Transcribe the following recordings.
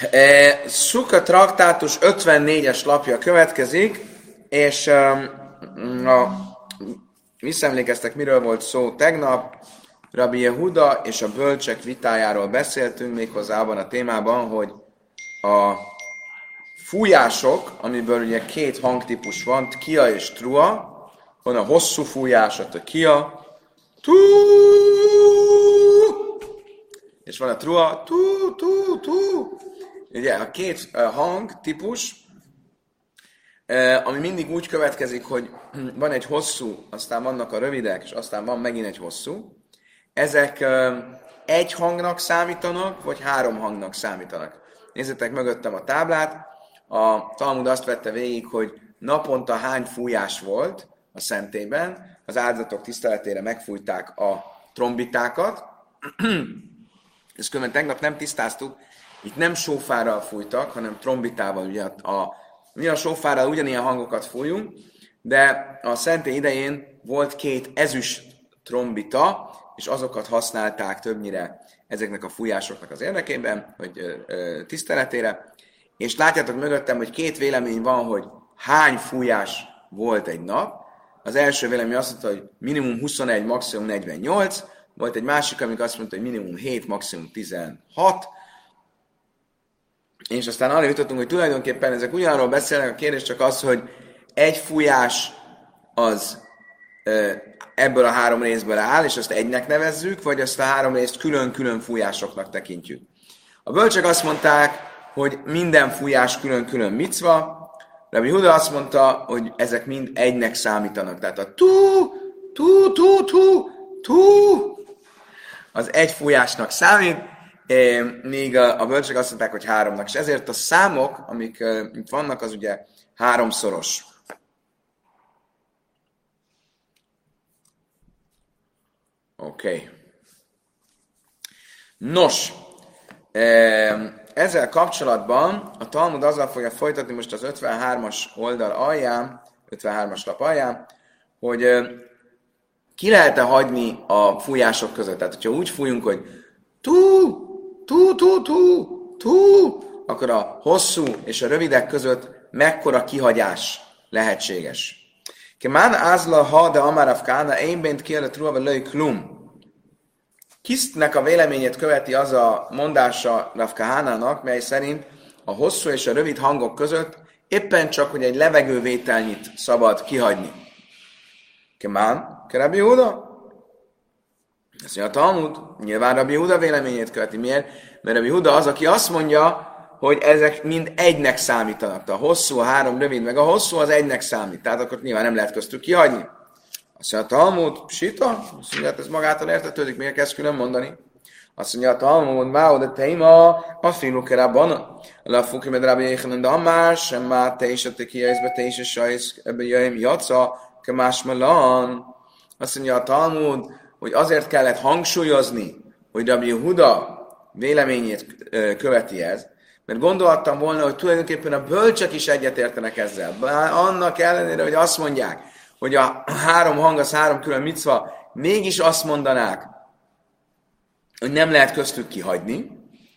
Szuka traktátus 54-es lapja következik, és visszaemlékeztek, miről volt szó tegnap. Rabbi Yehuda és a bölcsek vitájáról beszéltünk, méghozzá abban a témában, hogy a fújások, amiből ugye két hangtípus van, tkia és trua, van a hosszú fújás, a tkia, tú, és van a trua, tú, tú, tú. Ugye a két hangtípus, ami mindig úgy következik, hogy van egy hosszú, aztán vannak a rövidek, és aztán van megint egy hosszú. Ezek egy hangnak számítanak, vagy három hangnak számítanak. Nézzétek mögöttem a táblát. A Talmud azt vette végig, hogy naponta hány fújás volt a szentében. Az áldozatok tiszteletére megfújták a trombitákat. Ezt különben tegnap nem tisztáztuk. Itt nem sófárral fújtak, hanem trombitával. Ugye mi a sófárral ugyanilyen hangokat fújunk, de a szentély idején volt két ezüst trombita, és azokat használták többnyire ezeknek a fújásoknak az érdekében, hogy tiszteletére. És látjátok mögöttem, hogy két vélemény van, hogy hány fújás volt egy nap. Az első vélemény azt mondta, hogy minimum 21, maximum 48. Volt egy másik, amik azt mondta, hogy minimum 7, maximum 16. És aztán arra jutottunk, hogy tulajdonképpen ezek ugyanarról beszélnek, a kérdés csak az, hogy egy fújás az ebből a három részből áll, és azt egynek nevezzük, vagy azt a három részt külön-külön fújásoknak tekintjük. A bölcsek azt mondták, hogy minden fújás külön-külön micva, Rabbi Huda azt mondta, hogy ezek mind egynek számítanak. Tehát a tú az egy fújásnak számít, míg a bölcsek azt mondták, hogy háromnak. És ezért a számok, amik itt vannak, az ugye háromszoros. Oké. Nos, ezzel kapcsolatban a Talmud azzal fogja folytatni most az 53-as oldal alján, 53-as lap alján, hogy ki lehet-e hagyni a fújások között. Tehát, hogyha úgy fújunk, hogy tú, akkor a hosszú és a rövidek között mekkora kihagyás lehetséges. Kemán ázla ha de amarav kána, én bent kiel a truva löj klum. Kisztnek a véleményét követi az a mondása Rav Kahánának, mely szerint a hosszú és a rövid hangok között éppen csak, hogy egy levegővételnyit szabad kihagyni. Kemán, Rabbi Yehuda. Ezt mondja a Talmud, nyilván Rabbi Yehuda véleményét követi. Miért? Mert Rabbi Yehuda az, aki azt mondja, hogy ezek mind egynek számítanak. A hosszú, a három rövid, meg a hosszú az egynek számít. Tehát akkor nyilván nem lehet köztük kihagyni. Azt mondja a Talmud, sita? Azt mondja, hát ez magától értetődik, miért kezd külön mondani? Azt mondja a Talmud, váó, de teima, a filukerában, lafuk med Rabbi Yechanan, de amár, sem már te is a te kijelzbe, te is a sajsz, ebben jöjjön jaca, kemás malan. Azt mondja a Talmud, hogy azért kellett hangsúlyozni, hogy Rabbi Yehuda véleményét követi ez, mert gondolhattam volna, hogy tulajdonképpen a bölcsek is egyetértenek ezzel. Bár annak ellenére, hogy azt mondják, hogy a három hang az három külön micva, mégis azt mondanák, hogy nem lehet köztük kihagyni,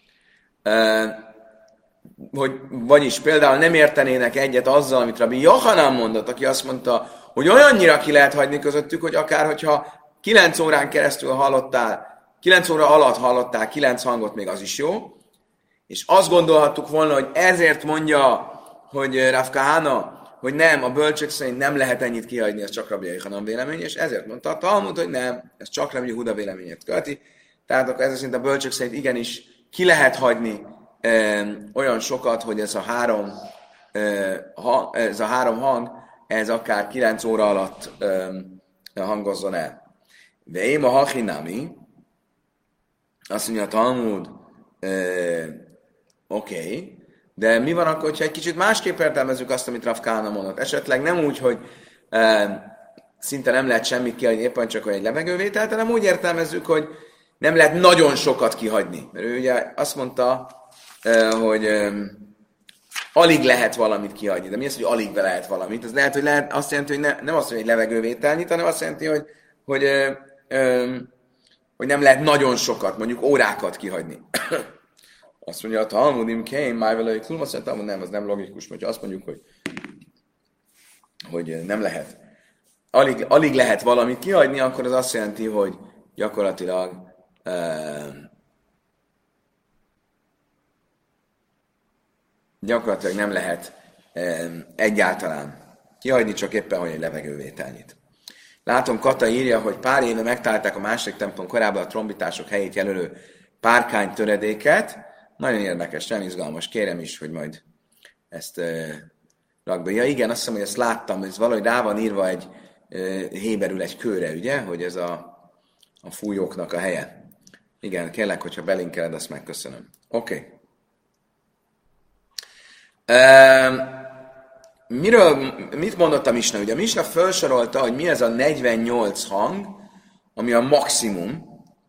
vagyis például nem értenének egyet azzal, amit Rabbi Yochanan mondott, aki azt mondta, hogy olyannyira ki lehet hagyni közöttük, hogy akár, hogyha 9 órán keresztül hallottál, 9 óra alatt hallottál 9 hangot, még az is jó, és azt gondolhattuk volna, hogy ezért mondja, hogy Rav Kahana, hogy nem, a bölcsök szerint nem lehet ennyit kihagyni, ez csak Rabbi Yechanan vélemény, és ezért mondta a Talmud, hogy nem, ez csak Rabbi Yehuda véleményét követi. Tehát akkor ezért szerint a bölcsök szerint igenis ki lehet hagyni olyan sokat, hogy ez a három hang, ez akár 9 óra alatt hangozzon el. De én a hachinami, azt mondja a Talmud, oké, de mi van akkor, hogyha egy kicsit másképp értelmezzük azt, amit Rav Kahana mondott? Esetleg nem úgy, hogy szinte nem lehet semmit kihagyni, éppen csak egy levegővételt, hanem úgy értelmezzük, hogy nem lehet nagyon sokat kihagyni. Mert ő ugye azt mondta, hogy alig lehet valamit kihagyni. De mi az, hogy alig lehet valamit? Ez lehet, hogy azt jelenti, hogy nem azt, hogy egy levegővételnyit, hanem azt jelenti, hogy nem lehet nagyon sokat, mondjuk órákat kihagyni. Azt mondja, a Talmudim kém, májvelői klum, azt mondja, nem, az nem logikus, mert azt mondjuk, hogy nem lehet. Alig lehet valamit kihagyni, akkor az azt jelenti, hogy gyakorlatilag nem lehet egyáltalán kihagyni, csak éppen, hogy egy levegővételnyit. Látom, Kata írja, hogy pár éve megtalálták a második templom korában a trombitások helyét jelölő párkány töredéket. Nagyon érdekes, nem izgalmas. Kérem is, hogy majd ezt rak be. Ja igen, azt hiszem, hogy ezt láttam, ez valahogy rá van írva egy héberül egy kőre, ugye? Hogy ez a fújóknak a helye. Igen, kérlek, hogyha belinkeled, azt megköszönöm. Oké. Mit mondott a Misna? Ugye a Misna felsorolta, hogy mi ez a 48 hang, ami a maximum,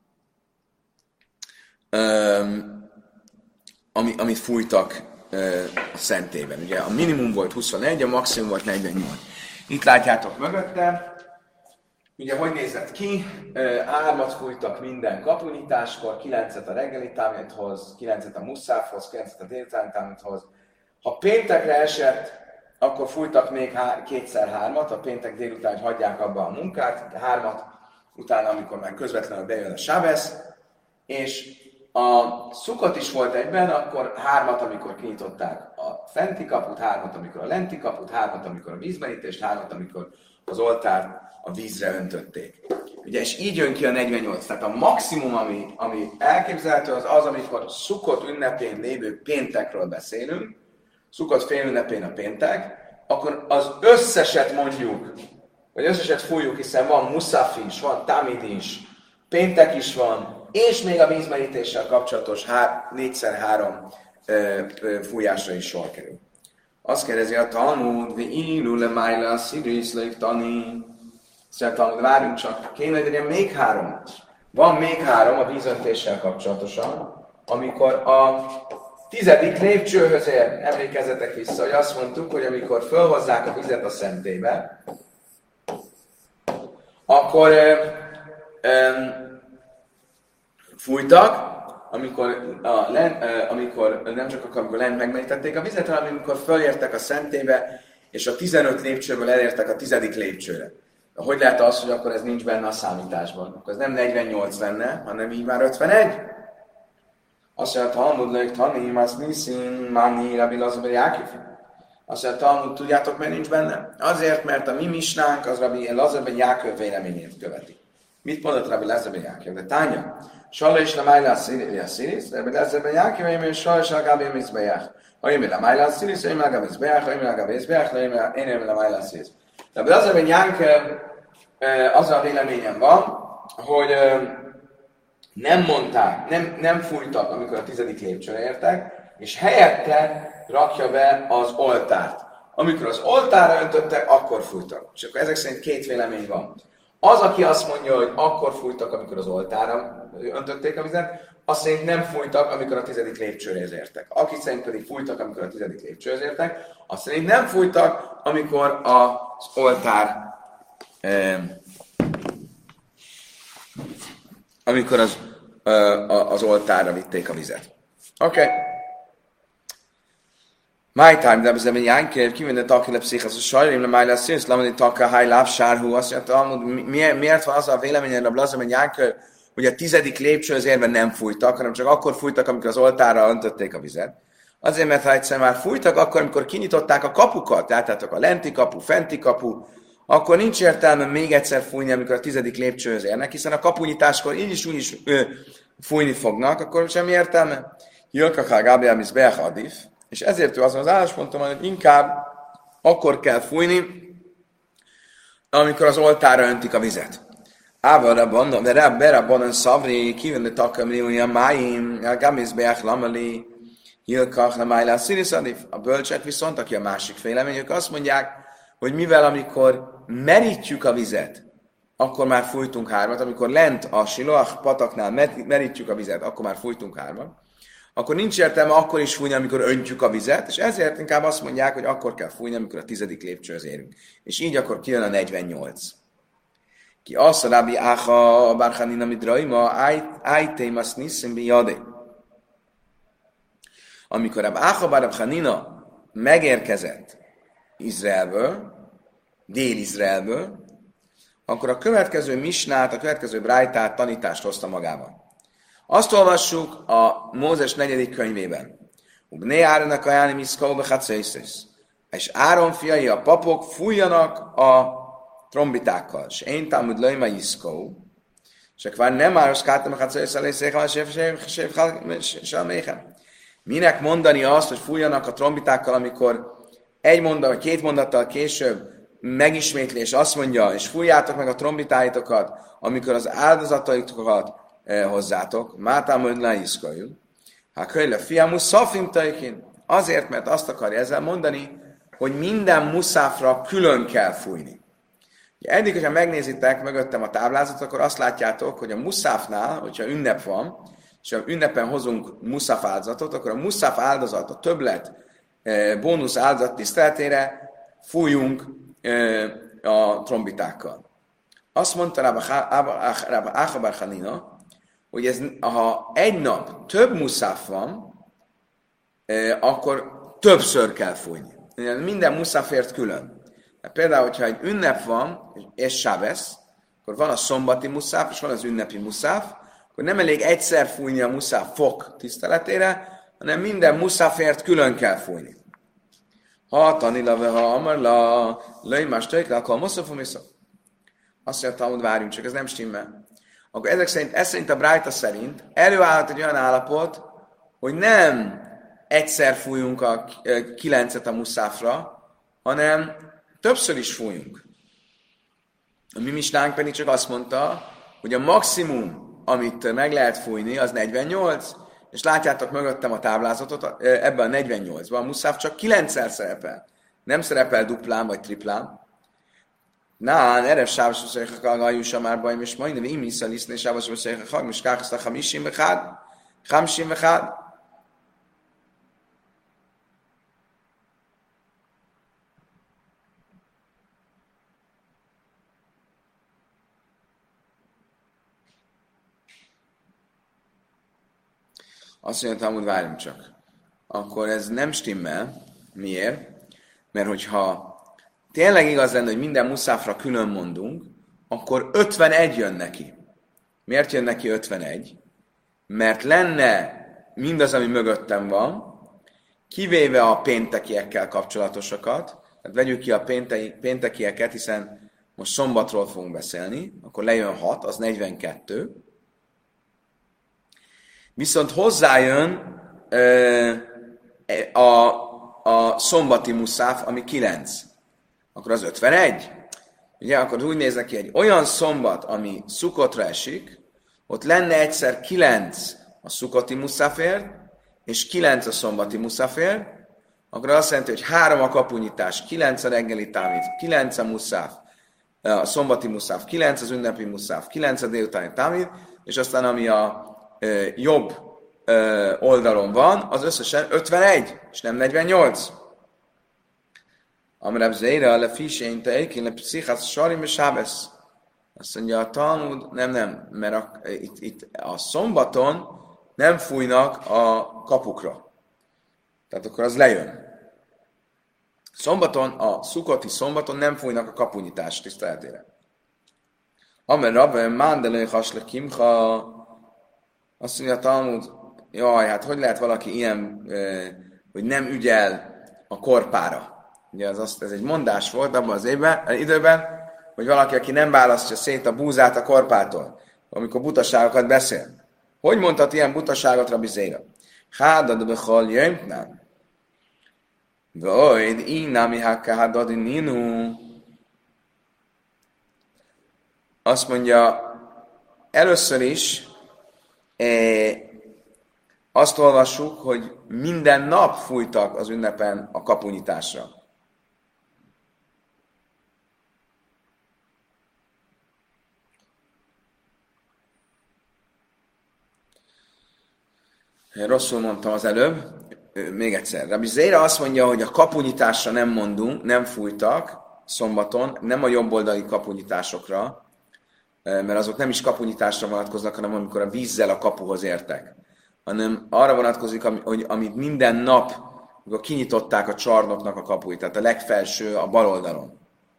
amit fújtak a szentében. Ugye a minimum volt 21, a maximum volt 48. Itt látjátok mögöttem, ugye hogy nézett ki? 3-at fújtak minden kapunyításkor, 9-et a reggeli támíthoz, 9-et a muszáfhoz, 9-et a délutáni támíthoz. Ha péntekre esett, akkor fújtak még 2x3-at, a péntek délután, hogy hagyják abba a munkát, 3-at, utána, amikor már közvetlenül bejön a Sábesz, és a szukot is volt egyben, akkor 3-at, amikor kinyitották a fenti kaput, 3-at, amikor a lenti kaput, 3-at, amikor a vízmerítést, 3-at, amikor az oltárt a vízre öntötték. Ugye, és így jön ki a 48. Tehát a maximum, ami elképzelhető, az, amikor szukot ünnepén lévő péntekről beszélünk, szukott fél ünnepén a péntek, akkor az összeset mondjuk, vagy összeset fújjuk, hiszen van muszaf is, van tamid is, péntek is van, és még a vízmerítéssel kapcsolatos 4x3 fújásra is sor kerül. Azt kérdezi a Talmud, ilu le májla szidris lektani. Szóval Talmud, várjunk csak, kéne, hogy legyen még 3. Van még 3 a vízöntéssel kapcsolatosan, amikor a 10. lépcsőhöz ér. Emlékezzetek vissza, hogy azt mondtuk, hogy amikor fölhozzák a vizet a szentélybe, akkor fújtak, amikor nem csak akkor, amikor lent megmerítették a vizet, hanem amikor fölértek a szentélybe, és a 15 lépcsőből elértek a 10. lépcsőre. De hogy lehet az, hogy akkor ez nincs benne a számításban? Akkor ez nem 48 lenne, hanem így már 51? Azt mondja, Talmud lők tanim, azt niszin, mani, Rabbi Lazar ben Jákov. Azt mondja, Talmud, tudjátok, miért nincs benne? Azért, mert a mi misnánk az Rabbi Lazar ben Jákov véleményét követi. Mit mondott Rabbi Lazar ben Jákov? De tánya, Sala is lemájla a sziris, Rabbi Lazar ben Jákov, én Sala is legabi a mizbeják. Ha én lemájla a sziris, én legabi a mizbeják, ha én legabi a mizbeják, én lemájla a sziris. Rabbi Lazar ben Jákov az a véleményem van, hogy nem mondták, nem fújtak, amikor a 10. lépcsőre értek, és helyette rakja be az oltárt. Amikor az oltárra öntöttek, akkor fújtak. És akkor ezek szerint 2 vélemény van. Az, aki azt mondja, hogy akkor fújtak, amikor az oltárra öntötték a vizet, azt szerint nem fújtak, amikor a 10. lépcsőre értek. Aki szerint pedig fújtak, amikor a 10. lépcsőre értek, azt szerint nem fújtak, amikor az oltár amikor az oltárra vitték a vizet. Oké. My time, de bezem egy jánkér, kivinne takile pszichasz, a sajrim le májla színsz, lamani takka háj lábsárhú, azt mondja, miért van az a véleményen, a blazem egy jánkér, hogy a 10. lépcsőhöz érve nem fújtak, hanem csak akkor fújtak, amikor az oltárra öntötték a vizet. Azért, mert ha egyszer már fújtak, akkor, amikor kinyitották a kapukat, tehát a lenti kapu, fenti kapu, akkor nincs értelme még egyszer fújni, amikor a 10. lépcsőhöz érnek, hiszen a kapunyításkor így is úgy is fújni fognak, akkor semmi értelme. Hilkakál Gábriel Mizbeach Adif, és ezért ő azon az állásponton, hogy inkább akkor kell fújni, amikor az oltárra öntik a vizet. Ávarabban, berabban szavri, kivenni takamri, a máim, a Gamizbeach Lamali, Hilkach Lamájlá Sziris Adif. A bölcsek viszont, aki a másik vélemény, ők azt mondják, hogy mivel amikor merítjük a vizet, akkor már fújtunk 3, amikor lent a Siloach pataknál merítjük a vizet, akkor már fújtunk 3, akkor nincs értelme akkor is fújni, amikor öntjük a vizet, és ezért inkább azt mondják, hogy akkor kell fújni, amikor a 10. lépcsőhöz érünk. És így akkor kijön a 48. Ki azt a Rabbi Áha Barchanina Midraima, Ájtém azt niszim bi jadé. Amikor Áchabar Hanina megérkezett Izraelből, Dél-Izraelből, akkor a következő misnát, a következő brájtát, tanítást hozta magával. Azt olvassuk a Mózes 4. könyvében. Ubné Áronnak ajánlni miszkóba hatszaiszesz. És Áron fiai, a papok fújjanak a trombitákkal. És én Talmud Lajma Iszkó. És akkor nem ároszkáltam a hatszaiszál, minek mondani azt, hogy fújjanak a trombitákkal, amikor egy mondat, vagy két mondattal később megismétli, és azt mondja, és fújjátok meg a trombitáitokat, amikor az áldozataitokat hozzátok. Mátám, hogy leiszkoljuk. Hát kölyle fiamus szafim tajkin. Azért, mert azt akarja ezzel mondani, hogy minden muszáfra külön kell fújni. Eddig, hogyha megnézitek mögöttem a táblázatot, akkor azt látjátok, hogy a muszáfnál, hogyha ünnep van, és ha ünnepen hozunk muszáf áldozatot, akkor a muszáf áldozat, a többlet bónusz áldozat tiszteletére fújjunk a trombitákkal. Azt mondta Rabbi Áchabar Hanina, hogy ez, ha egy nap több muszáf van, akkor többször kell fújni. Minden muszáfért külön. Például, hogyha egy ünnep van, és Sábesz, akkor van a szombati muszáf, és van az ünnepi muszáf, akkor nem elég egyszer fújni a muszáf fok tiszteletére, hanem minden muszáfért külön kell fújni. Ha tanila, ha amarla, löjmás töjkle, akkor muszafom vissza. Azt mondja, Talmud, várjunk, csak ez nem stimmel. Akkor ez szerint a Brájta szerint előállhat egy olyan állapot, hogy nem egyszer fújunk a 9-et a muszáfra, hanem többször is fújunk. A mi misnánk pedig csak azt mondta, hogy a maximum, amit meg lehet fújni, az 48, és látjátok mögöttem a táblázatot, ebben a 48-ban a muszáf csak 9-szer szerepel. Nem szerepel duplán vagy triplán. Nán, erre sávos beszélek a gajusa már bajm, és majdnem én vissza lisztni, sávos beszélek a és kákszta hamisim vechad. Azt mondja, Talmud, várjunk csak. Akkor ez nem stimmel. Miért? Mert hogyha tényleg igaz lenne, hogy minden muszáfra külön mondunk, akkor 51 jön neki. Miért jön neki 51? Mert lenne mindaz, ami mögöttem van, kivéve a péntekiekkel kapcsolatosokat, tehát vegyük ki a péntekieket, hiszen most szombatról fogunk beszélni, akkor lejön 6, az 42, viszont hozzájön a szombati muszáf, ami 9. Akkor az 51. Ugye, akkor úgy néz neki, egy olyan szombat, ami Szukotra esik, ott lenne egyszer 9 a szukoti muszáfért, és 9 a szombati muszáfért, akkor azt jelenti, hogy 3 a kapunyítás, 9 a reggeli támít, 9 a muszáf, a szombati muszáf, 9 az ünnepi muszáf, 9 a délutáni támít, és aztán ami a jobb oldalon van, az összesen 51, és nem 48. Amrab Zeira le fisén teik, le pszichasz sarim és sábesz. Azt mondja a Talmud, nem, mert itt a szombaton nem fújnak a kapukra. Tehát akkor az lejön. Szombaton, a szukoti szombaton nem fújnak a kapunyítás tiszteletére. Amen rabbe mándelői hasle kimcha. Azt mondja a Talmud, jaj, hát hogy lehet valaki ilyen, hogy nem ügyel a korpára? Ugye ez egy mondás volt abban az időben, hogy valaki, aki nem választja szét a búzát a korpától, amikor butaságokat beszél. Hogy mondhat ilyen butaságot Rabbi Zéra? Hádad bechol jöjtnám. Vöjd, ínámi hakka hádadi ninu. Azt mondja, először is azt olvassuk, hogy minden nap fújtak az ünnepen a kapunyításra. Rosszul mondtam az előbb, még egyszer. Rabbi Zéra azt mondja, hogy a kapunyításra nem mondunk, nem fújtak szombaton, nem a jobboldali kapunyításokra, mert azok nem is kapunyításra vonatkoznak, hanem amikor a vízzel a kapuhoz értek. hanem arra vonatkozik, hogy amit minden nap, amikor kinyitották a csarnoknak a kapuit, tehát a legfelső a bal oldalon,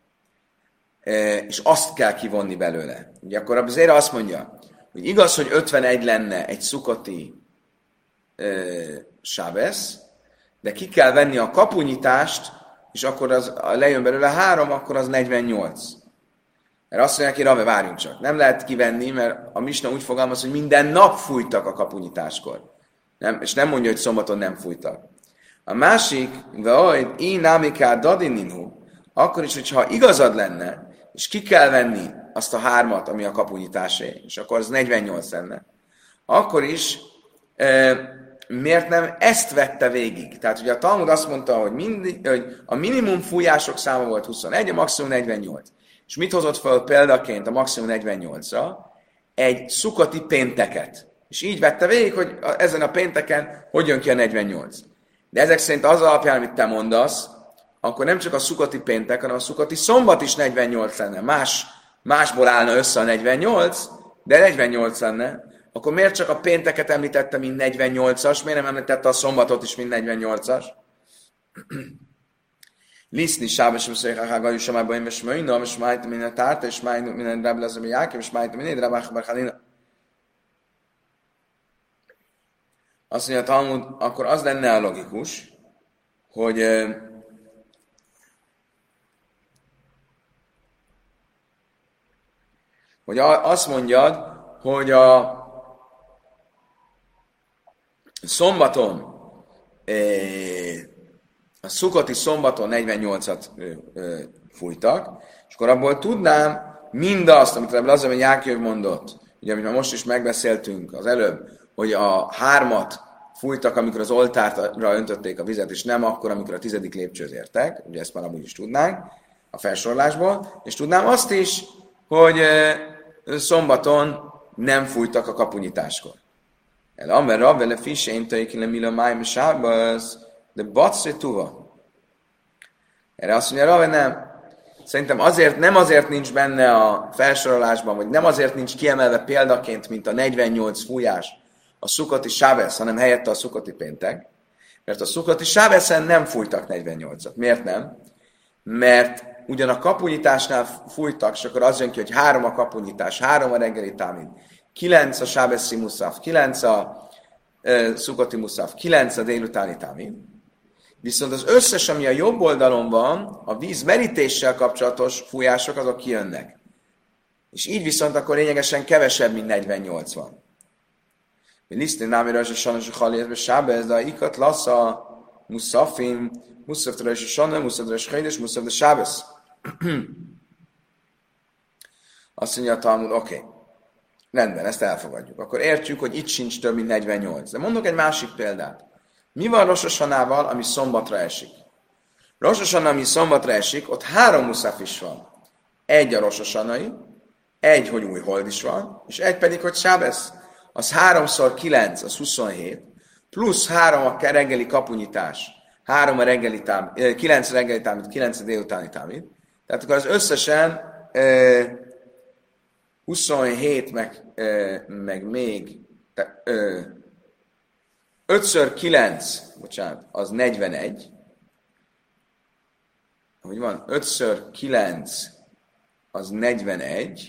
és azt kell kivonni belőle. Ugye akkor azért azt mondja, hogy igaz, hogy 51 lenne egy szukoti sábesz, de ki kell venni a kapunyitást, és akkor az lejön belőle 3, akkor az 48. Mert azt mondják, hogy Rave, várjunk csak. Nem lehet kivenni, mert a Misna úgy fogalmaz, hogy minden nap fújtak a kapunyitáskor. Nem, és nem mondja, hogy szombaton nem fújtak. A másik, hogy én námiká dadininhu, akkor is, hogyha igazad lenne, és ki kell venni azt a 3-at, ami a kapunyitásé, és akkor az 48 lenne, akkor is miért nem ezt vette végig? Tehát ugye a Talmud azt mondta, hogy a minimum fújások száma volt 21, a maximum 48. És mit hozott fel példaként a maximum 48-ra? Egy szukati pénteket. És így vette végig, hogy ezen a pénteken hogy jön ki a 48. De ezek szerint az alapján, amit te mondasz, akkor nem csak a szukati péntek, hanem a szukati szombat is 48 lenne. Másból állna össze a 48, de 48 lenne. Akkor miért csak a pénteket említette, mint 48-as? Miért nem említette a szombatot is, mint 48-as? Liszni sábes, és Hagajú Samába, és Möjna, és Májta minden tárta, és Májta minden Ráblazami Jákev, és Májta minden Rábákbar Halina. Azt mondja a Talmud, akkor az lenne a logikus, hogy azt mondjad, hogy a szombaton, a szukoti szombaton 48-at fújtak, és akkor abból tudnám mindazt, amit Rebbe Lazar ben Jákov mondott, ugye, amit már most is megbeszéltünk az előbb, hogy a 3-at fújtak, amikor az oltárra öntötték a vizet, és nem akkor, amikor a 10. lépcsőt értek, ugye ezt már amúgy is tudnánk a felsorolásból, és tudnám azt is, hogy szombaton nem fújtak a kapunyításkor. El amer ravele fisén tejkile mila májm sábaz, de bacre tuva. Erre azt mondja, Rave, nem. Szerintem nem azért nincs benne a felsorolásban, vagy nem azért nincs kiemelve példaként, mint a 48 fújás a szukoti sávesz, hanem helyette a szukoti péntek, mert a szukoti sáveszen nem fújtak 48-at. Miért nem? Mert ugyan a kapunyításnál fújtak, és akkor az jön ki, hogy 3 a kapunyítás, 3 a reggeli támid, 9 a sábeszi muszaf, 9 a szukoti muszaf, 9 a délutáni támid. Viszont az összes, ami a jobb oldalon van, a víz merítéssel kapcsolatos fújások, azok kijönnek. És így viszont akkor lényegesen kevesebb, mint 48 van. Lisztén námira és a sanos a halézbe sábez, de a ikat lasz a muszafim, muszaftra és a sanna, muszaftra és hajdes, muszaftra sábez. Azt mondja a Talmud, oké. Rendben, ezt elfogadjuk. Akkor értjük, hogy itt sincs több, mint 48. De mondok egy másik példát. Mi van Rosh Hasanával, ami szombatra esik? Rosh Hashanah, ami szombatra esik, ott 3 muszaf is van. Egy a Rosh Hasanai, egy, hogy új hold is van, és egy pedig, hogy sábesz. Az 3x9, az 27, plusz 3 a reggeli kapunyítás, 3 a reggeli támid, 9 a reggeli támid, 9 a délutáni támid. Tehát akkor az összesen 27, meg még 5x9, bocsánat, az 41. Hogy van? 5x9 az 41.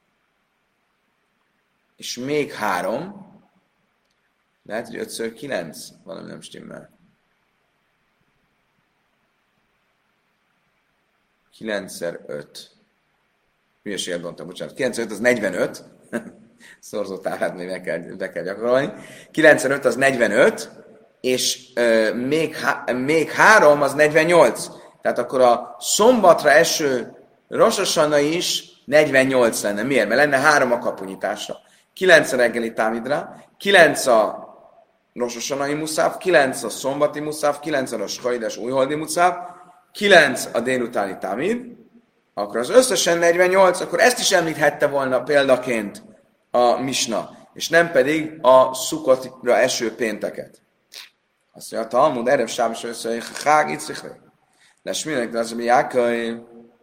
És még 3. Lehet, hogy 5x9 valami nem stimmel. 9x5. Hülyeséget mondtam, bocsánat. 9x5 az 45. Szorzótávát még be kell gyakorolni. 9x5 az 45, és még 3 az 48. Tehát akkor a szombatra eső Rosh Hashanah is 48 lenne. Miért? Mert lenne 3 a kapunyításra. 9 a reggeli támidra, 9 a Rosh Hashanah-i muszáv, 9 a szombati muszáv, 9 a Rosh Hajdes újholdi muszáv, 9 a délutáni támid, akkor az összesen 48, akkor ezt is említhette volna példaként a Misna, és nem pedig a Szukkotira eső pénteket. Azt mondja, a Talmud, erev sábos össze, hogy hág itt szikre. Lesz mindenki, de az, hogy jákai.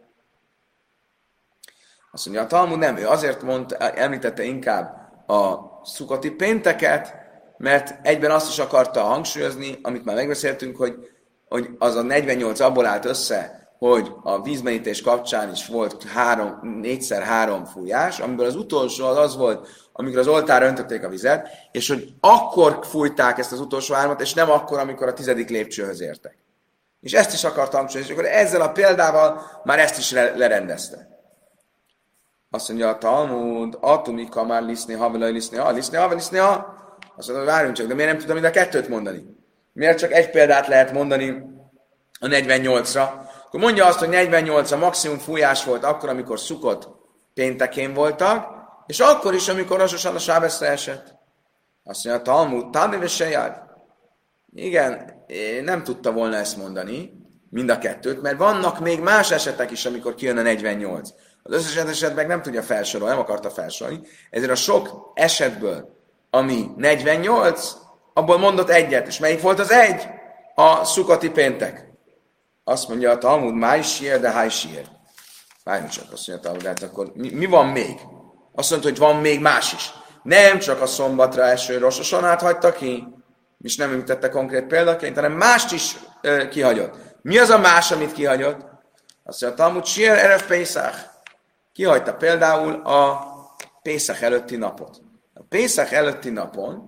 Azt mondja, a Talmud nem, ő azért említette inkább a szukoti pénteket, mert egyben azt is akarta hangsúlyozni, amit már megbeszéltünk, hogy az a 48 abból állt össze, hogy a vízmenítés kapcsán is volt 4x3 fújás, amiből az utolsó az volt, amikor az oltára öntötték a vizet, és hogy akkor fújták ezt az utolsó hármat, és nem akkor, amikor a 10. lépcsőhöz értek. És ezt is akartam hangsúlyozni, és akkor ezzel a példával már ezt is lerendezte. Azt mondja a Talmud, atumika már liszni, havelaj liszni, ha. Azt mondja, várjunk csak, de miért nem tudom mind a kettőt mondani? Miért csak egy példát lehet mondani a 48-ra? Akkor mondja azt, hogy 48 a maximum fújás volt akkor, amikor Szukot péntekén voltak, és akkor is, amikor Rosh Hashanah Sábeszre esett. Azt mondja, a Talmud, Tadéve se jár. Igen, nem tudta volna ezt mondani, mind a kettőt, mert vannak még más esetek is, amikor kijön a 48. Az összes esetben nem tudja felsorolni, nem akarta felsorolni, ezért a sok esetből, ami 48, abból mondott egyet, és melyik volt az egy? A Szukati péntek. Azt mondja a Talmud, máj sír, de háj sír. Várjunk csak, azt mondja a Talmud, de hát akkor mi van még? Azt mondta, hogy van még más is. Nem csak a szombatra eső Rosh Hashanát hagyta ki, és nem említette konkrét példaként, hanem mást is kihagyott. Mi az a más, amit kihagyott? Azt mondja, a Talmud sír, erev Pészach. Kihagyta például a Pészach előtti napot. A Pészach előtti napon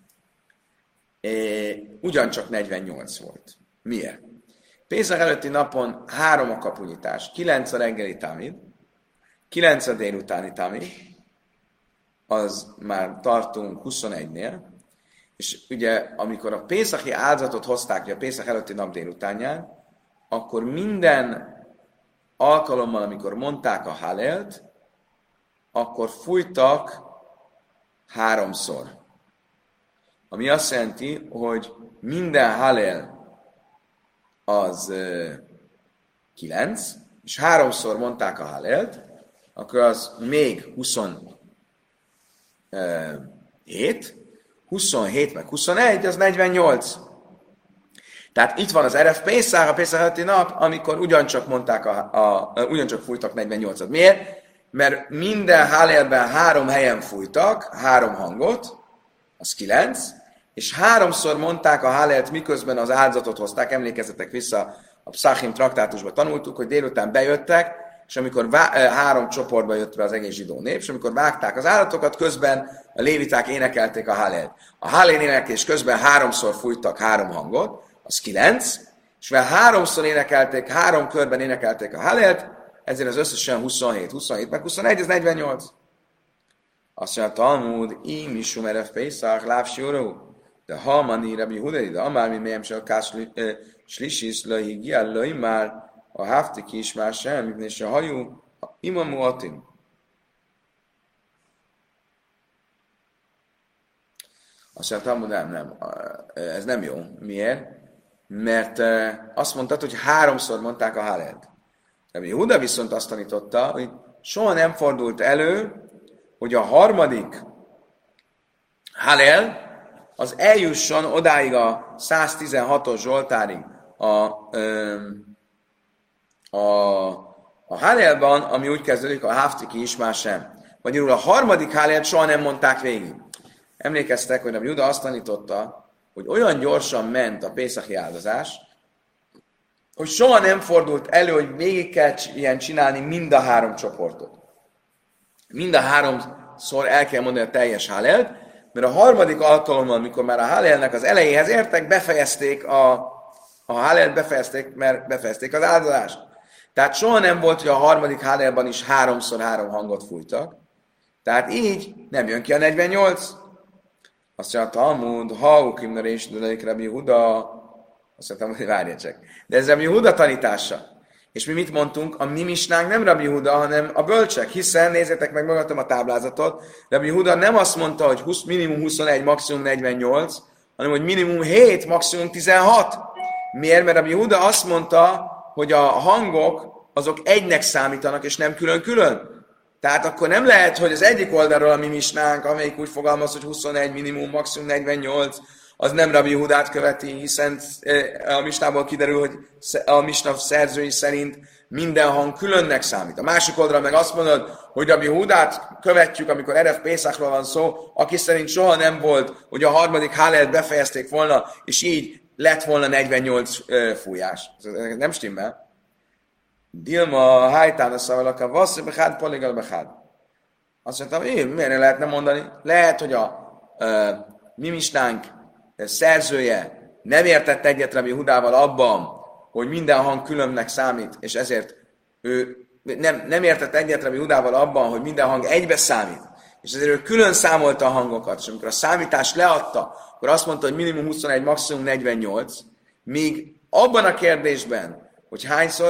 ugyancsak 48 volt. Miért? Pészach előtti napon 3 a kapunyítás, 9 a reggeli tamid, 9 a délutáni tamid, az már tartunk 21-nél, és ugye amikor a pészachi áldozatot hozták, ugye a Pészach előtti nap délutánján, akkor minden alkalommal, amikor mondták a Hallelt, akkor fújtak 3-szor. Ami azt jelenti, hogy minden Hallel az 9, és 3-szor mondták a Hallelt, akkor az még 27, 27 meg 21, az 48. Tehát itt van az Erev Pészach, a Pészach előtti nap, amikor ugyancsak mondták ugyancsak fújtak 48-at. Miért? Mert minden Hallelben 3 helyen fújtak, 3 hangot, az 9, és 3-szor mondták a Hallelt, miközben az áldozatot hozták. Emlékezzetek vissza, a Psachim traktátusban tanultuk, hogy délután bejöttek, és amikor 3 csoportba jött be az egész zsidó nép, és amikor vágták az állatokat, közben a léviták énekelték a Hallelt. A Hallel énekelés közben 3-szor fújtak 3 hangot, az 9, és mivel 3-szor énekelték, 3 körben énekelték a Hallelt, ezért az összesen 27. 27 meg 21, ez 48. Azt mondja, Talmud, im isum erev Pészach, láv sioró, de ha mani Rabbi Hudai, de amár mi melyem se a kás slisis, lehigia, leimár, a haftik is már sem, és a hajú, imamu atim. Azt mondja, Talmud, nem, ez nem jó. Miért? Mert azt mondtad, hogy 3-szor mondták a Hallelt. Rabbi Huda viszont azt tanította, hogy soha nem fordult elő, hogy a harmadik Hallel az eljusson odáig a 116-os Zsoltárig a Hallelban, ami úgy kezdődik, a Haftiki is már sem. Magyarul a harmadik Hallelt soha nem mondták végig. Emlékeztek, hogy Rabbi Huda azt tanította, hogy olyan gyorsan ment a pészachi áldozás, hogy soha nem fordult elő, hogy végig kell ilyen csinálni mind a 3 csoportot. Mind a 3-szor el kell mondani a teljes Hallelt, mert a harmadik alkalommal, amikor már a Hallelnek az elejéhez értek, befejezték a Hallelt, mert befejezték az áldozást. Tehát soha nem volt, hogy a harmadik Hallelban is 3-szor 3 hangot fújtak. Tehát így nem jön ki a 48. Azt mondja, a Talmud, ha ukimnar és Rabbi Huda, azt mondtam, hogy várja csak. De ez Rabbi Huda tanítása. És mi mit mondtunk? A mi misnánk nem Rabbi Huda, hanem a bölcsek. Hiszen, nézzétek meg magatom a táblázatot, Rabbi Huda nem azt mondta, hogy minimum 21, maximum 48, hanem hogy minimum 7, maximum 16. Miért? Mert Rabbi Huda azt mondta, hogy a hangok azok egynek számítanak, és nem külön-külön. Tehát akkor nem lehet, hogy az egyik oldalról a mi misnánk, amelyik úgy fogalmaz, hogy 21 minimum, maximum 48, az nem Rabbi Hudát követi, hiszen a misnából kiderül, hogy a misna szerzői szerint minden hang különnek számít. A másik oldalra meg azt mondod, hogy Rabbi Hudát követjük, amikor Erev Pészachról van szó, aki szerint soha nem volt, hogy a harmadik Hálelt befejezték volna, és így lett volna 48 fújás. Ez nem stimmel. Dilma Hájtán a szavalaka, vasszı behád, poligal behád. Azt mondtam, miért lehetne mondani? Lehet, hogy a mi misnánk szerzője nem értett egyet Rabbi Hudával abban, hogy minden hang különnek számít, és ezért ő nem értett egyet Rabbi Hudával abban, hogy minden hang egybe számít, és ezért ő külön számolta a hangokat, és amikor a számítást leadta, akkor azt mondta, hogy minimum 21, maximum 48, míg abban a kérdésben, hogy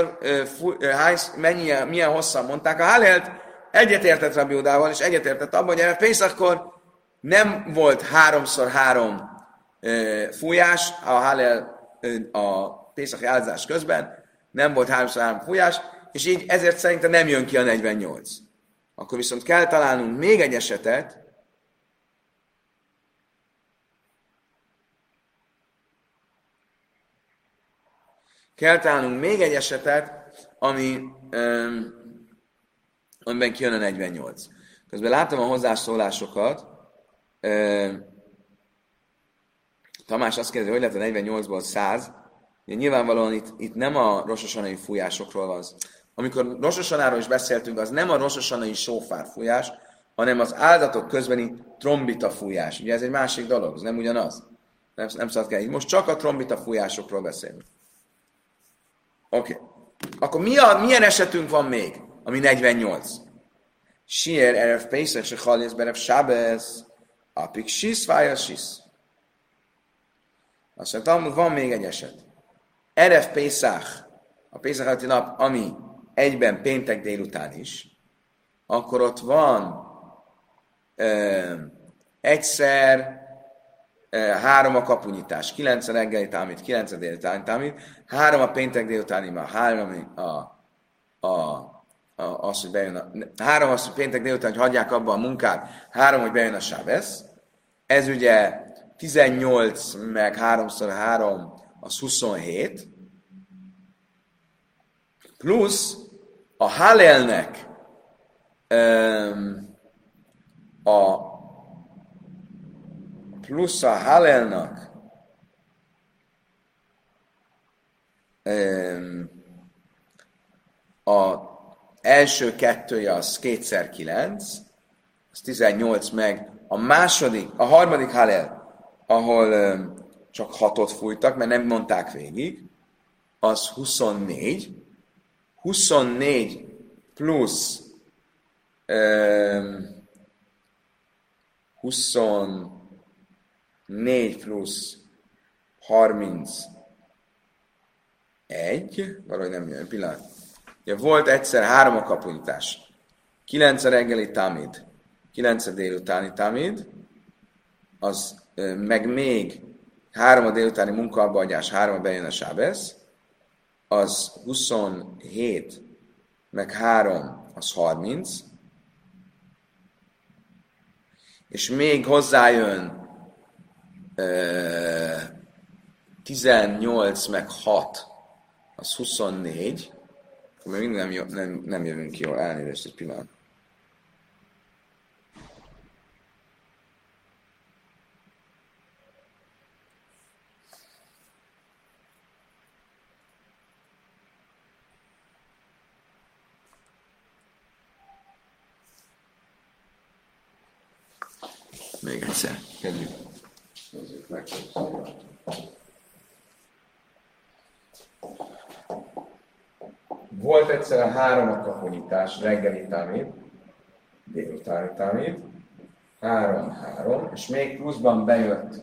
milyen hosszan mondták a Hálelt, egyetértett Rabbi Hudával, és egyetértett abban, hogy Erev Pészachkor nem volt 3x3 fújás, a Hálel a Pészachi áldozás közben, nem volt 3x3 fújás, és így ezért szerintem nem jön ki a 48. Akkor viszont kell találnunk még egy esetet, amiben kijön a 48. Közben látom a hozzászólásokat. Tamás azt kérdezi, hogy lehet a 48-ból 100. Ugye nyilvánvalóan itt nem a Rosh Hashanai fújásokról van. Amikor Rosh Hashanáról is beszéltünk, az nem a Rosh Hashanai sófár fújás, hanem az áldatok közbeni trombita fújás. Ugye ez egy másik dolog, ez nem ugyanaz. Nem szabad kell. Most csak a trombita fújásokról beszélünk. Oké. Akkor milyen esetünk van még, ami 48? Sier, Erev Pészach, se Chalész, Berev Sábesz, Apik Sisz, Fája Sisz. Azt mondtam, van még egy eset. Erev Pészach, a Pészach előtti nap, ami egyben péntek délután is, akkor ott van egyszer 3 a kapunyítás, 9 a reggeli támít, 9 a délutáni támít, 3 a péntek délutáni, már 3 az, hogy bejön 3 az, hogy péntek délután, hogy hagyják abba a munkát, 3, hogy bejön a sábesz. Ez ugye 18 meg 3x3 az 27, plusz a Hálelnek a első kettője az 2x9, az 18 meg, a harmadik Hálel, ahol csak 6-ot fújtak, mert nem mondták végig, az 24, 24 plusz 24 plusz 31, valahogy nem jön, pillanat. Ugye volt egyszer 3 a kapunyítás, 9 a reggeli támid, 9 a délutáni támid, az meg még 3 a délutáni munkaabbaadás, 3 a bejön a sábesz, az 27, meg 3, az 30, és még hozzájön 18, meg 6, az 24, akkor még nem jövünk jól, elnézést egy pillanat. Még egyszer, kezdjük. Nézzük meg. Volt egyszer a 3 a kapunyítás, reggeli támid, délutáni támid, 3, és még pluszban bejött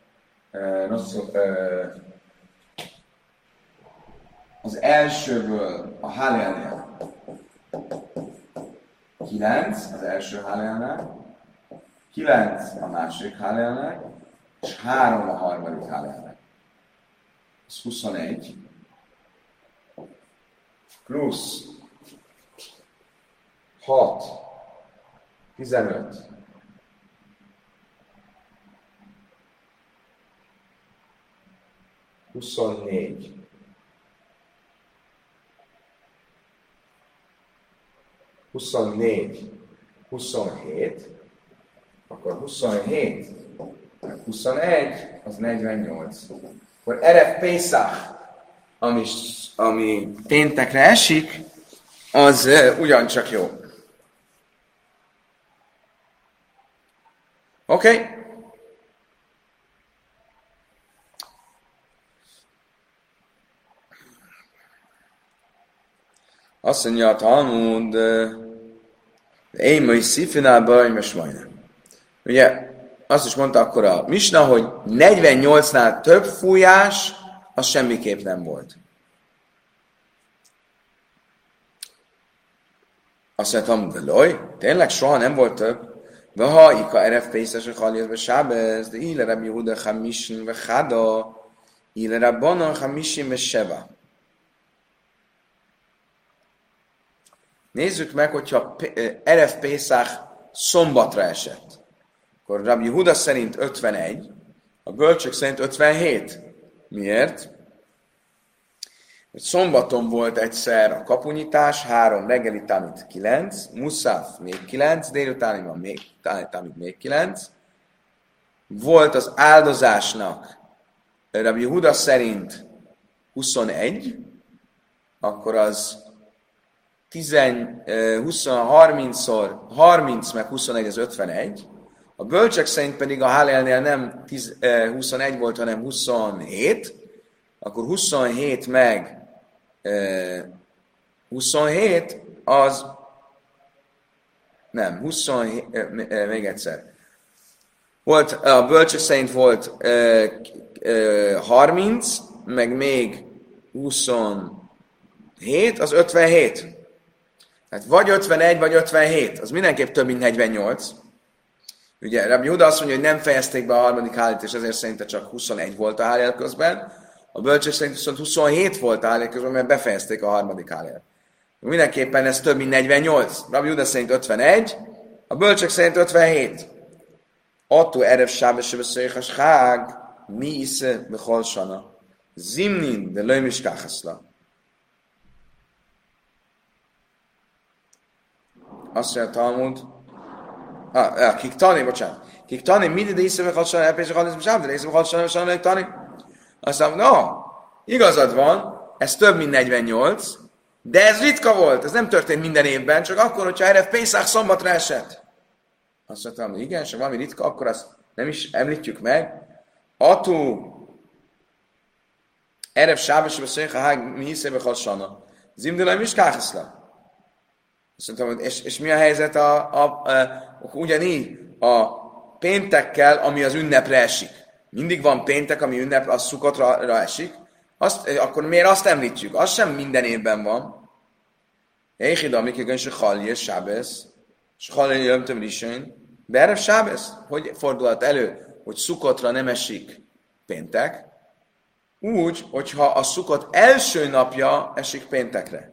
az elsőből a Hálelnél 9, az első Hálelnél, 9 a második Hálelnek, és 3 a harmadik Hálelnek. Ez 21. Plusz 6, 15. 24, 24, 27, akkor 27, 21, az 48. Akkor Erev Pészach, ami péntekre esik, az ugyancsak jó. Oké? Okay? Azt mondja a Talmud, én majd szífinál bajmes majdnem. Ugye, azt is mondta akkor a Misna, hogy 48-nál több fújás, az semmiképp nem volt. Azt mondtam, de loj, tényleg soha nem volt több. Vaha ika erev pészes a haljazbe sábez, de ile Rabbi Yehuda chamishin vechada, ile Rabbana chamishin vesheva. Nézzük meg, hogyha Erev Pészach szombatra esett. Akkor Rabbi Yehuda szerint 51, a bölcsök szerint 57. Miért? Szombaton volt egyszer a kapunyítás, 3 reggeli tamid 9, muszaf még 9, délutáni van még, tamid még 9. Volt az áldozásnak Rabbi Yehuda szerint 21, akkor az 30-szor, 30 meg 21 az 51. A bölcsek szerint pedig a Hálelnél nem 21 volt, hanem 27. Akkor 27 meg 27 az nem, 27, még egyszer. Volt, a bölcsek szerint volt 30, meg még 27, az 57. Tehát vagy 51, vagy 57. Az mindenképp több, mint 48. Ugye Rabbi Yehuda azt mondja, hogy nem fejezték be a harmadik hálit, és ezért szerinte csak 21 volt a hálel közben. A bölcsök szerint viszont 27 volt a hálel közben, mert befejezték a harmadik hálel. Mindenképpen ez több, mint 48. Rabbi Yehuda szerint 51, a bölcsök szerint 57. Attól erev sábesebe szöjjhas hág, mi isze becholsana. Zimnin, de lőm káhaszla. Azt mondja a Talmud, kik tani, bocsánat. Kik tani, mindig de iszebe becholsana, elpések halis besávd, de iszebe becholsana, és annak tani. Azt mondja, no, igazad van, ez több, mint 48, de ez ritka volt, ez nem történt minden évben, csak akkor, hogyha Erev Pészach szombatra esett. Azt mondtam, hogy igen, és ha valami ritka, akkor azt nem is említjük meg. Atu Erev Sábesbe Szöjha Hág mi hiszébe Hassana. Zimdelem is káhaszla. Azt mondtam, hogy és mi a helyzet ugyanígy a péntekkel, ami az ünnepre esik. Mindig van péntek, ami ünnepre, az Szukotra esik. Akkor miért azt említjük? Az sem minden évben van. Éhida, amikor göncső Halje, Sábesz, és Halje jömtöm Risén, de Erev Sábesz, hogy fordulhat elő, hogy Szukotra nem esik péntek? Úgy, hogyha a Szukot első napja esik péntekre.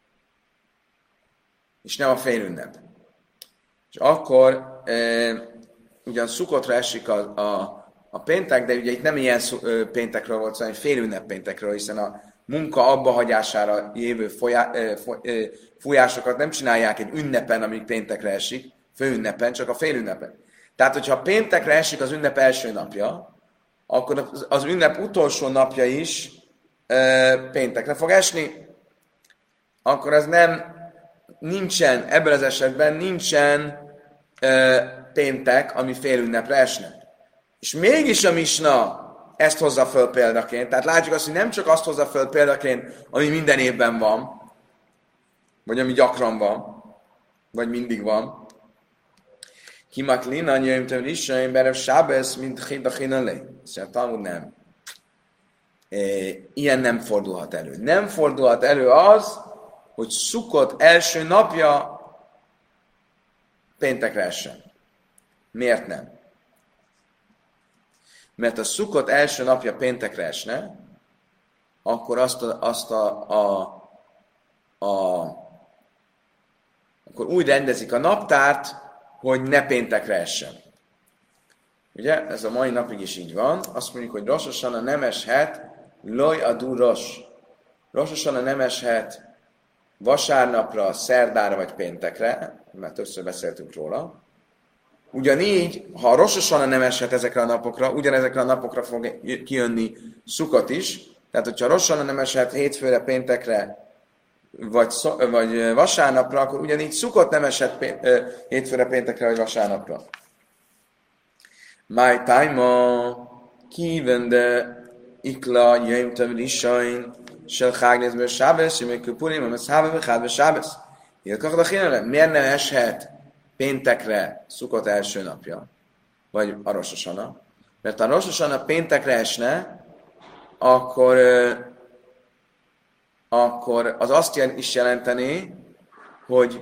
És nem a félünnep. És akkor ugyan Szukotra esik a péntek, de ugye itt nem ilyen péntekről volt szó, hanem félünnep péntekről, hiszen a munka abbahagyására jövő fújásokat nem csinálják egy ünnepen, amíg péntekre esik, főünnepen, csak a félünnepen. Tehát, hogyha péntekre esik az ünnep első napja, akkor az ünnep utolsó napja is péntekre fog esni. Akkor ez nincsen, ebben az esetben nincsen péntek, ami félünnepre esne. És mégis a Misna ezt hozza föl példaként. Tehát látjuk azt, hogy nem csak azt hozza föl példaként, ami minden évben van, vagy ami gyakran van, vagy mindig van. Himaklina, jöjjön is, Berev Sábesz, mint Hidachina lé. Szóval Talmud nem. Ilyen nem fordulhat elő. Nem fordulhat elő az, hogy Szukot első napja péntekre essen. Miért nem? Mert a Szukot első napja péntekre esne, akkor akkor úgy rendezik a naptárt, hogy ne péntekre essen. Ugye? Ez a mai napig is így van. Azt mondjuk, hogy Rosh Hashanah nem eshet loj adu Rosh Hashanah nem eshet vasárnapra, szerdára vagy péntekre, mert többször beszéltünk róla. Ugyanígy, ha a Rosh Hashanah nem eshet ezekre a napokra, ugyanezekre a napokra fog kijönni Szukot is. Tehát, hogyha a Rosh Hashanah nem eshet hétfőre, péntekre, vagy vasárnapra, akkor ugyanígy Szukot nem eshet hétfőre, péntekre, vagy vasárnapra. My time kiven de ikla jöjjön több isain, se hágnézből sábesz, és kupurim, mert szábebe hádbe sábesz. Miért nem eshet péntekre Szukot első napja, vagy a Rosh Hashanah? Mert ha a Rosh Hashanah péntekre esne, akkor az azt is jelenteni, hogy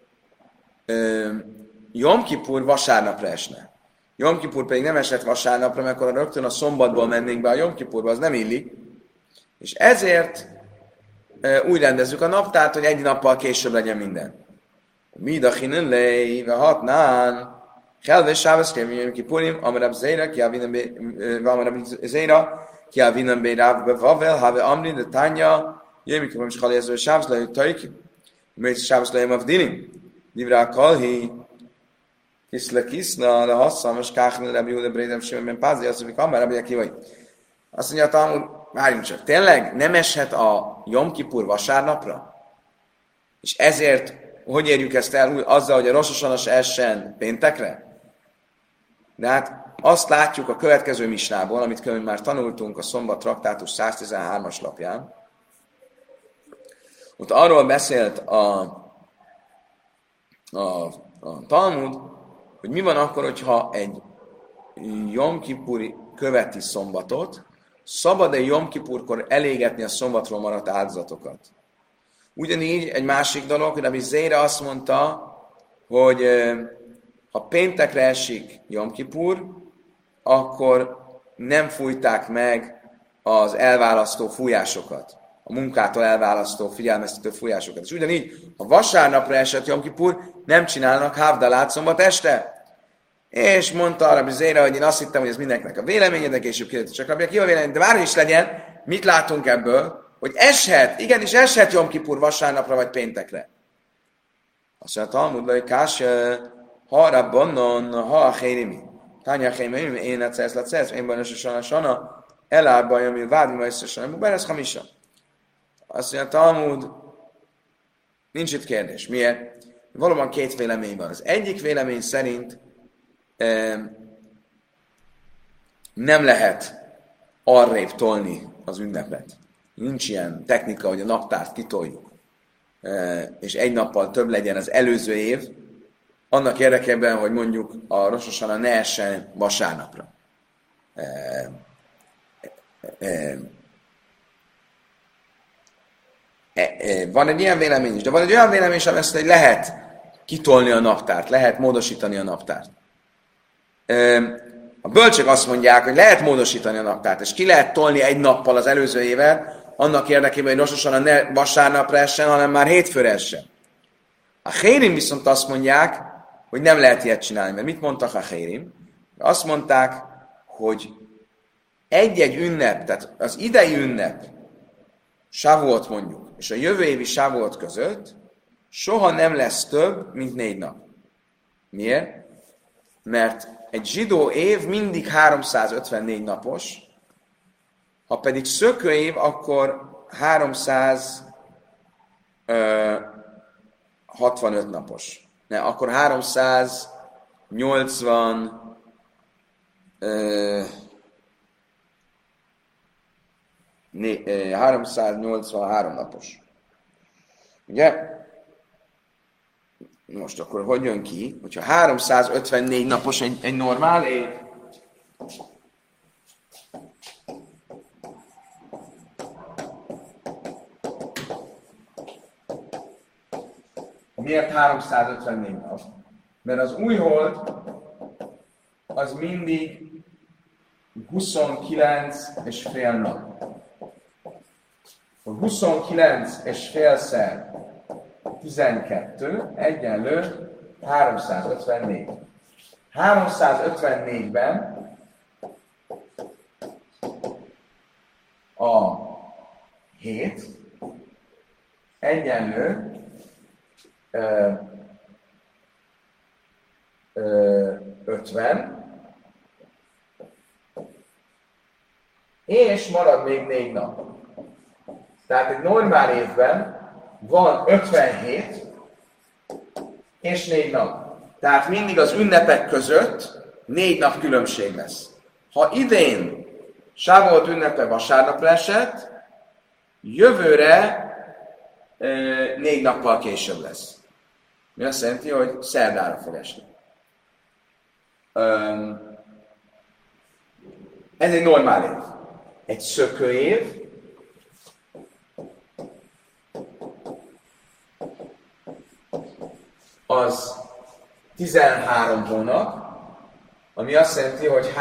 Jom Kipur vasárnapra esne. Jom Kipur pedig nem esett vasárnapra, mert akkor rögtön a szombatból mennénk be a Jom Kipurba, az nem illik. És ezért úgy rendezzük a naptárt, hogy egy nappal később legyen minden. Midachinen lej, ve hatnán, Helve Sábesz kévén Jom Kipurim, Amarab Zéra, ki a vinem be Rav Bevavel, have Amri, de Tanya, Jom Kipurim, és Chaléző Sábesz, lejük Taik, mert Sábesz lejük Avdinim. Divrá Kalhi, Kiszle Kiszna, de Hasszam, és Káchne, Rabbi Júde, Brédem, Simon, Pázi, azt mondjuk, Amar, Rabbi Akiva. Azt mondja, Talmud, várjunk csak, tényleg nem eshet a Jom Kipur vasárnapra? És ezért, hogy érjük ezt el azzal, hogy a Rosh Hashanah essen péntekre? De hát azt látjuk a következő misnából, amit már tanultunk a Szombat traktátus 113-as lapján. Ott arról beszélt a Talmud, hogy mi van akkor, hogyha egy Jom Kipuri követi szombatot, szabad-e Jom Kipurkor elégetni a szombatról maradt áldozatokat. Ugyanígy egy másik dolog, hogy Rabbi Zéra azt mondta, hogy ha péntekre esik Jom Kipur, akkor nem fújták meg az elválasztó fújásokat, a munkától elválasztó, figyelmeztető fújásokat. És ugyanígy, ha vasárnapra esett Jom Kipur, nem csinálnak hávdalát szombat este. És mondta Rabbi Zéra, hogy én azt hittem, hogy ez mindenkinek a véleménye, de később kérdezte csak Rabbi Akiva vélemény, de bármi is legyen, mit látunk ebből? Hogy eshet, igenis eshet Jom Kipur vasárnapra vagy péntekre. Azt mondja, Talmudba, hogy Kás, ha rabbanon, ha a chérimi. Tánya a chérimi, én egyszer lesz, én benne sana, elárban, ami vádni ma összesen, benne ez hamisa. Azt mondja, Talmud, nincs itt kérdés. Miért? Valóban két vélemény van. Az egyik vélemény szerint nem lehet arrébb tolni az ünnepet. Nincs ilyen technika, hogy a naptárt kitoljuk, és egy nappal több legyen az előző év, annak érdekében, hogy mondjuk a Rosh Hashanah ne essen vasárnapra. Van egy ilyen vélemény is, de van egy olyan vélemény is, hogy lehet kitolni a naptárt, lehet módosítani a naptárt. A bölcsek azt mondják, hogy lehet módosítani a naptárt, és ki lehet tolni egy nappal az előző évet, annak érdekében, hogy Rosh Hashanah ne vasárnapra essen, hanem már hétfőre essen. A Hérim viszont azt mondják, hogy nem lehet ilyet csinálni. Mert mit mondtak a Hérim? Azt mondták, hogy egy-egy ünnep, tehát az idei ünnep, Shavuot mondjuk, és a jövő évi Shavuot között soha nem lesz több, mint 4 nap. Miért? Mert egy zsidó év mindig 354 napos, ha pedig szökőév, akkor 365 napos. Ne, akkor 383 napos. Ugye? Most akkor hogy jön ki, hogyha 354 napos egy normál év, miért 354 nap? Mert az új hold az mindig 29 és fél nap. A 29 és félszer 12 egyenlő 354. 354-ben a 7 egyenlő 50, és marad még 4 nap. Tehát egy normál évben van 57 és 4 nap. Tehát mindig az ünnepek között 4 nap különbség lesz. Ha idén Sávolt ünnepe vasárnapra esett, jövőre 4 nappal később lesz. Mi azt jelenti, hogy szerdára fog esni. Ez egy normál év. Egy szökőév, az 13 hónap, ami azt jelenti, hogy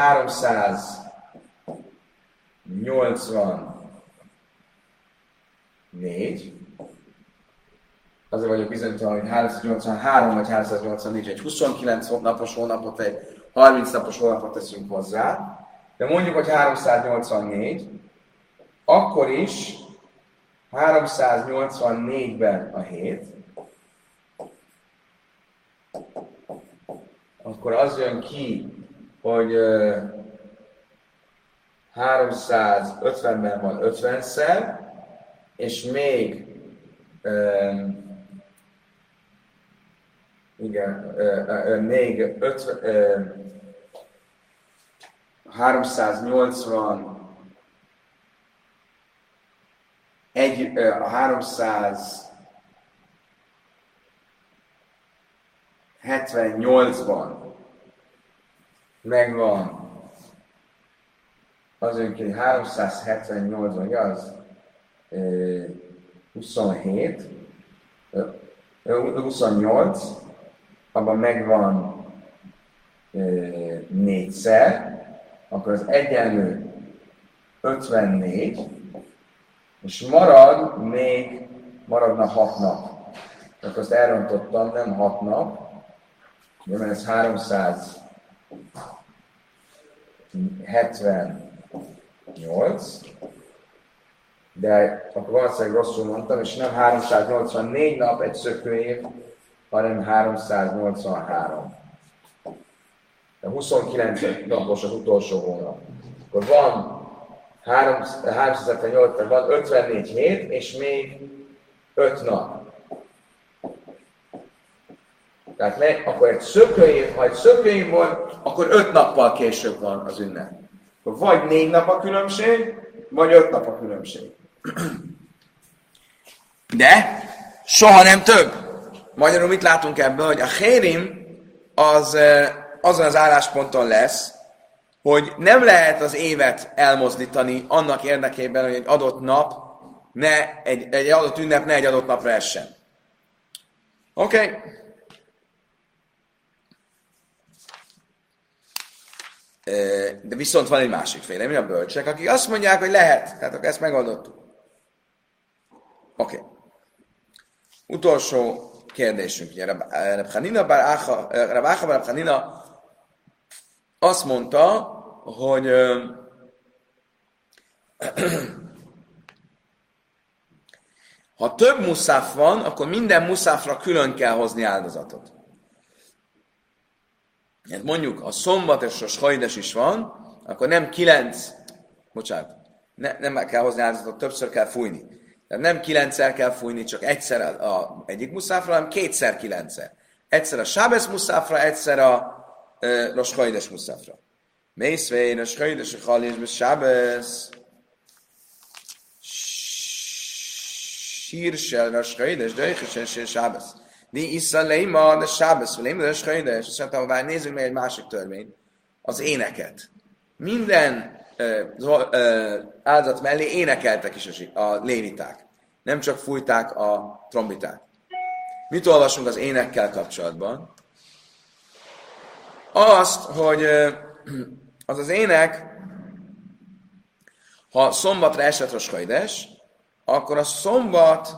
384, azért vagyok bizonytalan, hogy 383 vagy 384, egy 29 napos hónapot, egy 30 napos hónapot teszünk hozzá, de mondjuk, hogy 384, akkor is 384-ben a 7, akkor az jön ki, hogy 350-ben van 50-szer, és még még 380 378-ban megvan az jön ki, 378-ban, az 27, 28, abban megvan 4-szer, akkor az egyenlő 54, és maradna 6 nap. Akkor azt elrontottam, nem 6 nap, mert ez 378, de akkor valószínűleg rosszul mondtam, és nem 384 nap egy szökőév, hanem 383. De 29 napos az utolsó hónap. Akkor van 378, van 54 hét, és még 5 nap. Tehát akkor egy szökőév, ha egy szökőév volt, akkor 5 nappal később van az ünnep. Akkor vagy 4 nap a különbség, vagy 5 nap a különbség. De soha nem több. Magyarul mit látunk ebből, hogy a hérim az azon az állásponton lesz, hogy nem lehet az évet elmozdítani annak érdekében, hogy egy adott nap egy adott ünnep ne egy adott napra essen. Oké. De viszont van egy másik féle, mi a bölcsek, akik azt mondják, hogy lehet. Tehát akkor ezt megoldottuk. Oké. Utolsó kérdésünk. Rab Chanina azt mondta, hogy ha több muszáf van, akkor minden muszáfra külön kell hozni áldozatot. Hát mondjuk, a szombat és a sajdes is van, akkor nem 9, nem kell hozni áldozatot, többször kell fújni. Tehát nem 9-szer kell fújni, csak egyszer egyik muszáfra, hanem 2-szer 9-szer. Egyszer a sábesz muszáfra, egyszer a Rosh Chodesh muszáfra. Mészvén, Rosh Chodesh, a Chalis, sábesz. Sírsel, Rosh Chodesh, Döjchesen, sábesz. Di Issa Leima, de sábesz, Leima, de Rosh Chodesh. Azt mondtam, hogy nézzük meg egy másik törvényt. Az éneket. Minden áldozat mellé énekeltek is a léviták. Nem csak fújták a trombitát. Mit olvasunk az énekkel kapcsolatban? Azt, hogy az ének, ha szombatra esett Rosh Chodesh, akkor a szombat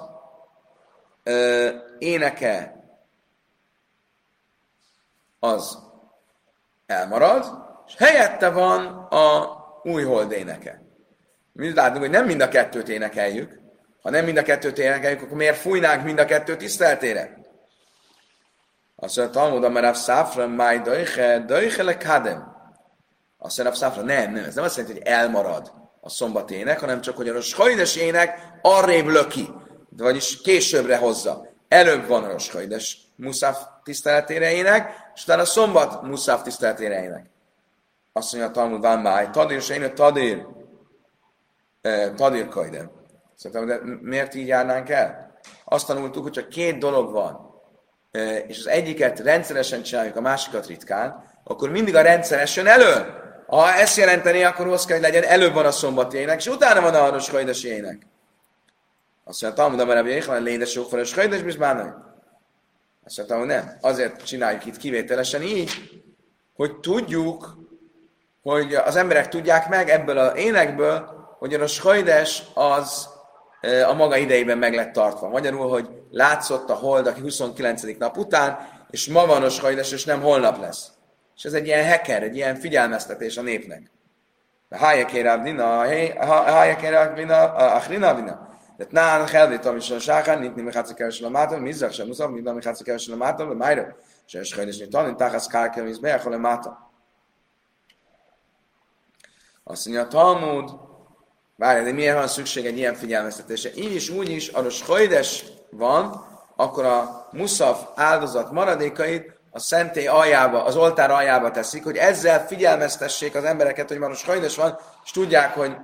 éneke az elmarad, és helyette van a újhold éneke. Mi látunk, hogy nem mind a kettőt énekeljük, Ha nem mind a kettőt énekeljük, akkor miért fújnánk mind a kettő tiszteletére? Azt mondja, Talmud, Amarav Szafra, Máj Döjche le Kadem. Azt mondja, Szafra, nem, ez nem azt jelenti, hogy elmarad a szombati ének, hanem csak, hogy a Rosh Chodesh ének arrébb löki, vagyis későbbre hozza. Előbb van a Rosh Chodesh Muszaf tiszteletére ének, és utána a szombat Muszaf tiszteletére ének. Azt mondja, Talmud, van Máj, Tadir, és én Tadir Kajdem. Szerintem, de miért így járnánk el? Azt tanultuk, hogy csak két dolog van, és az egyiket rendszeresen csináljuk, a másikat ritkán, akkor mindig a rendszeres jön elő. Ha ezt jelenteni, akkor hozzá kell, hogy legyen előbb van a szombati ének, és utána van a Rosh Chodesh ének. Azt mondja, Talmud, Amarav Jéhlan, lédes jók fel a Rosh Chodesh, bizbánai. Azt mondja, hogy nem. Azért csináljuk itt kivételesen így, hogy tudjuk, hogy az emberek tudják meg ebből az énekből, hogy a Rosh Chodesh az a maga idejében meg lett tartva. Magyarul, hogy látszott a hold a 29. nap után, és ma van Rosh Chodesh, és nem holnap lesz. És ez egy ilyen heker, egy ilyen figyelmeztetés a népnek. Hájekére Achrina Vina. Tehát nán helvét, amit a sákán, nincs mi hátszik keresel a mátom, mizzak sem muszam, nincs mi hátszik keresel a mátom, de májra. És Rosh Chodesh tanin, táhász kárkel, misz beachol a mátom. Azt mondja, a Talmud, várj, de miért van szükség egy ilyen figyelmeztetésre? Így is, úgy is, a Rosh Chodesh van, akkor a muszaf áldozat maradékait a szentély aljába, az oltár aljába teszik, hogy ezzel figyelmeztessék az embereket, hogy Rosh Chodesh van, és tudják, hogy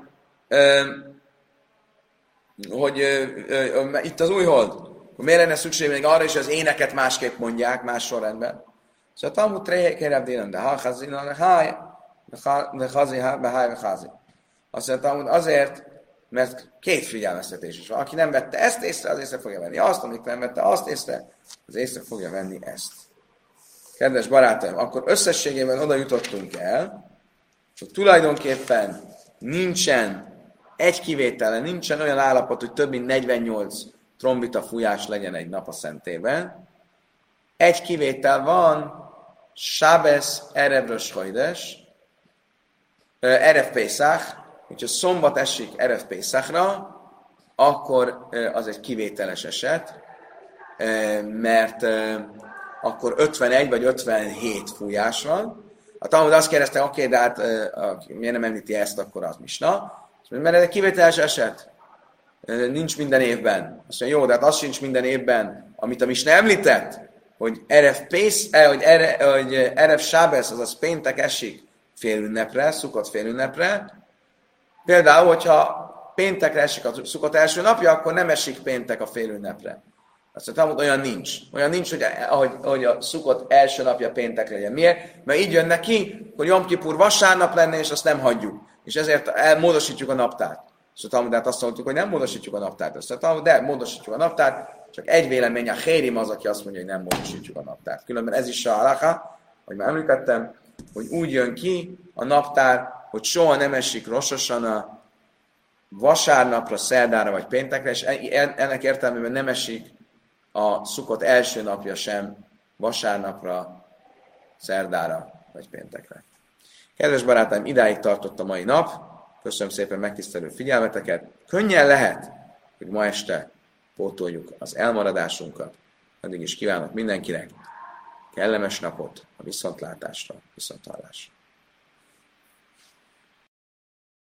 itt az új hold. Miért lenne szükség még arra is, hogy az éneket másképp mondják, más sorrendben? Szóval Talmud tréhékérebb délen, de ha chazina leháj, de chazi, beháj, beházi. Azt mondtam, hogy azért, mert két figyelmeztetés is van. Aki nem vette ezt észre, az észre fogja venni azt, amit nem vette azt észre, az észre fogja venni ezt. Kedves barátaim, akkor összességében oda jutottunk el, hogy tulajdonképpen nincsen egy kivétele, nincsen olyan állapot, hogy több mint 48 trombita fújás legyen egy nap a szentében. Egy kivétel van, Sábesz, Erev Rosh Chodesh, Erev Pészach, hogyha szombat esik Erev Pészachra, akkor az egy kivételes eset, mert akkor 51 vagy 57 fújás van. A Talmud azt kérdezte, oké, de hát miért nem említi ezt, akkor az misna? Mert ez egy kivételes eset. Nincs minden évben. Azt mondja, jó, de hát az sincs minden évben, amit a misna említett, hogy Erev Sábesz, azaz péntek esik félünnepre, Szukot félünnepre. Például, hogyha péntekre esik a Szukot első napja, akkor nem esik péntek a félünnepre. Azt mondtam, hogy olyan nincs. Olyan nincs, hogy a Szukot első napja péntekre legyen. Miért? Mert így jön neki, hogy Jom Kipur vasárnap lenne, és azt nem hagyjuk. És ezért módosítjuk a naptárt. És a Talmudát azt mondtuk, hogy nem módosítjuk a naptárt. Azt mondtam, de módosítjuk a naptárt. Csak egy vélemény, a Hérim az, aki azt mondja, hogy nem módosítjuk a naptárt. Különben ez is a halacha, hogy már említettem, hogy úgy jön ki a naptár, hogy soha nem esik Rosh Hashanah vasárnapra, szerdára vagy péntekre, és ennek értelmében nem esik a Szukot első napja sem vasárnapra, szerdára vagy péntekre. Kedves barátaim, idáig tartott a mai nap. Köszönöm szépen megtisztelő figyelmeteket. Könnyen lehet, hogy ma este pótoljuk az elmaradásunkat. Addig is kívánok mindenkinek kellemes napot, a viszontlátásra, viszonthallásra.